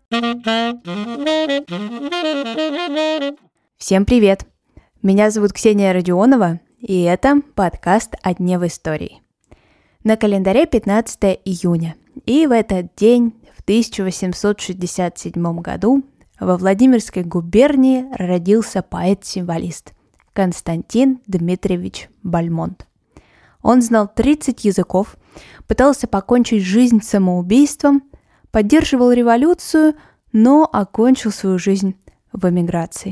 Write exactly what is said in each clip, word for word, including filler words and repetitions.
Всем привет! Меня зовут Ксения Родионова, и это подкаст «О дне в истории». На календаре пятнадцатое июня, и в этот день, в тысяча восемьсот шестьдесят седьмом году, во Владимирской губернии родился поэт-символист Константин Дмитриевич Бальмонт. Он знал тридцать языков, пытался покончить жизнь самоубийством, поддерживал революцию, но окончил свою жизнь в эмиграции.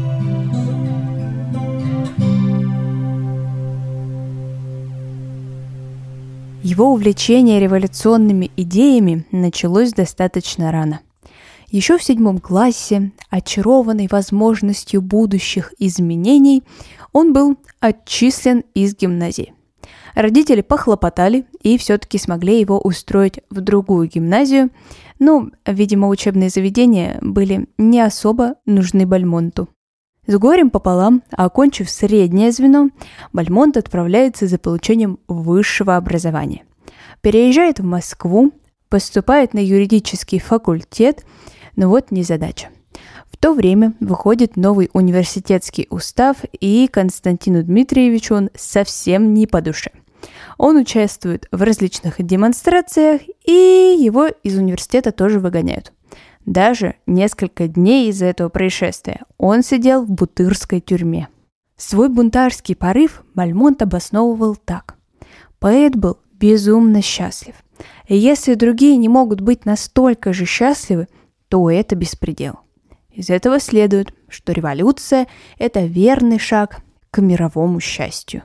Его увлечение революционными идеями началось достаточно рано. Еще в седьмом классе, очарованный возможностью будущих изменений, он был отчислен из гимназии. Родители похлопотали и все-таки смогли его устроить в другую гимназию, но, видимо, учебные заведения были не особо нужны Бальмонту. С горем пополам, окончив среднее звено, Бальмонт отправляется за получением высшего образования. Переезжает в Москву, поступает на юридический факультет, но вот незадача. В то время выходит новый университетский устав, и Константину Дмитриевичу он совсем не по душе. Он участвует в различных демонстрациях, и его из университета тоже выгоняют. Даже несколько дней из-за этого происшествия он сидел в бутырской тюрьме. Свой бунтарский порыв Бальмонт обосновывал так. Поэт был безумно счастлив. И если другие не могут быть настолько же счастливы, то это беспредел. Из этого следует, что революция – это верный шаг к мировому счастью.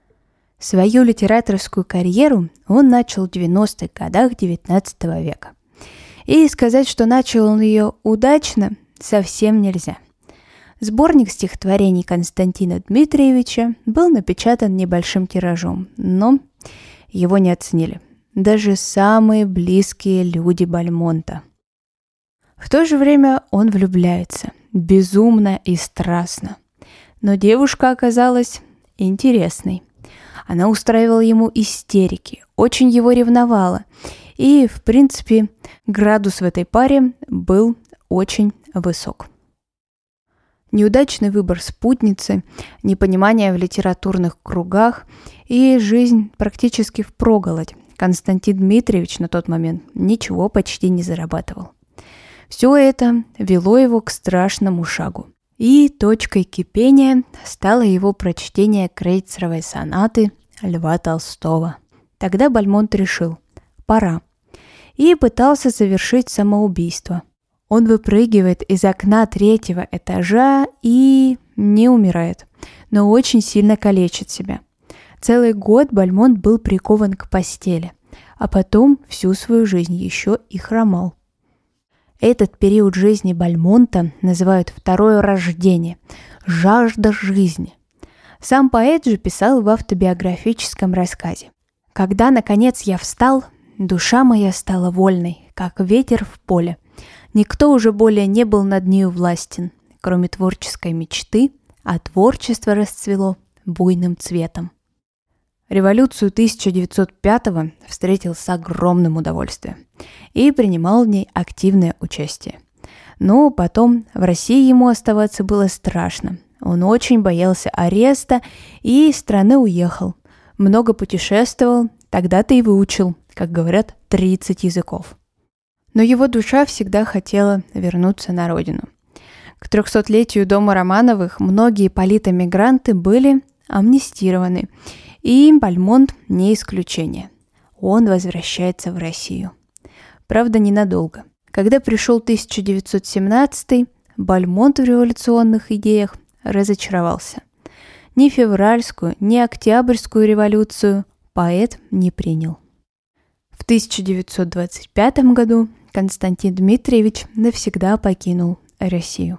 Свою литераторскую карьеру он начал в девяностых годах девятнадцатого века. И сказать, что начал он ее удачно, совсем нельзя. Сборник стихотворений Константина Дмитриевича был напечатан небольшим тиражом, но его не оценили. Даже самые близкие люди Бальмонта. В то же время он влюбляется, безумно и страстно. Но девушка оказалась интересной. Она устраивала ему истерики, очень его ревновала. И, в принципе, градус в этой паре был очень высок. Неудачный выбор спутницы, непонимание в литературных кругах и жизнь практически впроголодь. Константин Дмитриевич на тот момент ничего почти не зарабатывал. Все это вело его к страшному шагу. И точкой кипения стало его прочтение крейцеровой сонаты Льва Толстого. Тогда Бальмонт решил – пора. И пытался совершить самоубийство. Он выпрыгивает из окна третьего этажа и не умирает, но очень сильно калечит себя. Целый год Бальмонт был прикован к постели, а потом всю свою жизнь еще и хромал. Этот период жизни Бальмонта называют «второе рождение», «жажда жизни». Сам поэт же писал в автобиографическом рассказе. «Когда, наконец, я встал, душа моя стала вольной, как ветер в поле. Никто уже более не был над нею властен, кроме творческой мечты, а творчество расцвело буйным цветом». Революцию тысяча девятьсот пятого встретил с огромным удовольствием и принимал в ней активное участие. Но потом в России ему оставаться было страшно. Он очень боялся ареста и из страны уехал. Много путешествовал, тогда-то и выучил, как говорят, тридцать языков. Но его душа всегда хотела вернуться на родину. К трехсотлетию дома Романовых многие политэмигранты были амнистированы, и Бальмонт не исключение. Он возвращается в Россию. Правда, ненадолго. Когда пришел тысяча девятьсот семнадцатый, Бальмонт в революционных идеях разочаровался. Ни февральскую, ни октябрьскую революцию поэт не принял. В тысяча девятьсот двадцать пятом году Константин Дмитриевич навсегда покинул Россию.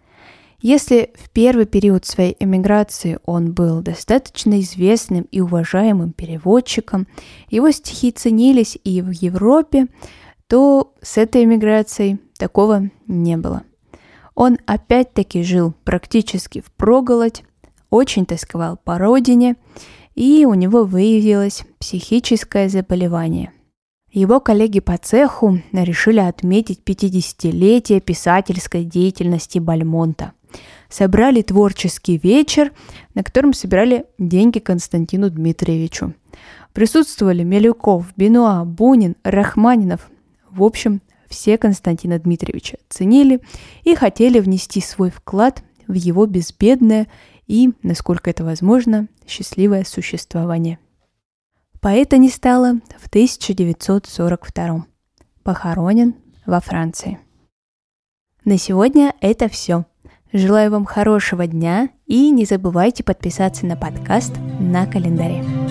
Если в первый период своей эмиграции он был достаточно известным и уважаемым переводчиком, его стихи ценились и в Европе, то с этой эмиграцией такого не было. Он опять-таки жил практически впроголодь, очень тосковал по родине, и у него выявилось психическое заболевание. Его коллеги по цеху решили отметить пятидесятилетие писательской деятельности Бальмонта. Собрали творческий вечер, на котором собирали деньги Константину Дмитриевичу. Присутствовали Милюков, Бенуа, Бунин, Рахманинов. В общем, все Константина Дмитриевича ценили и хотели внести свой вклад в его безбедное и, насколько это возможно, счастливое существование. Поэта не стало в тысяча девятьсот сорок втором. Похоронен во Франции. На сегодня это все. Желаю вам хорошего дня и не забывайте подписаться на подкаст на календаре.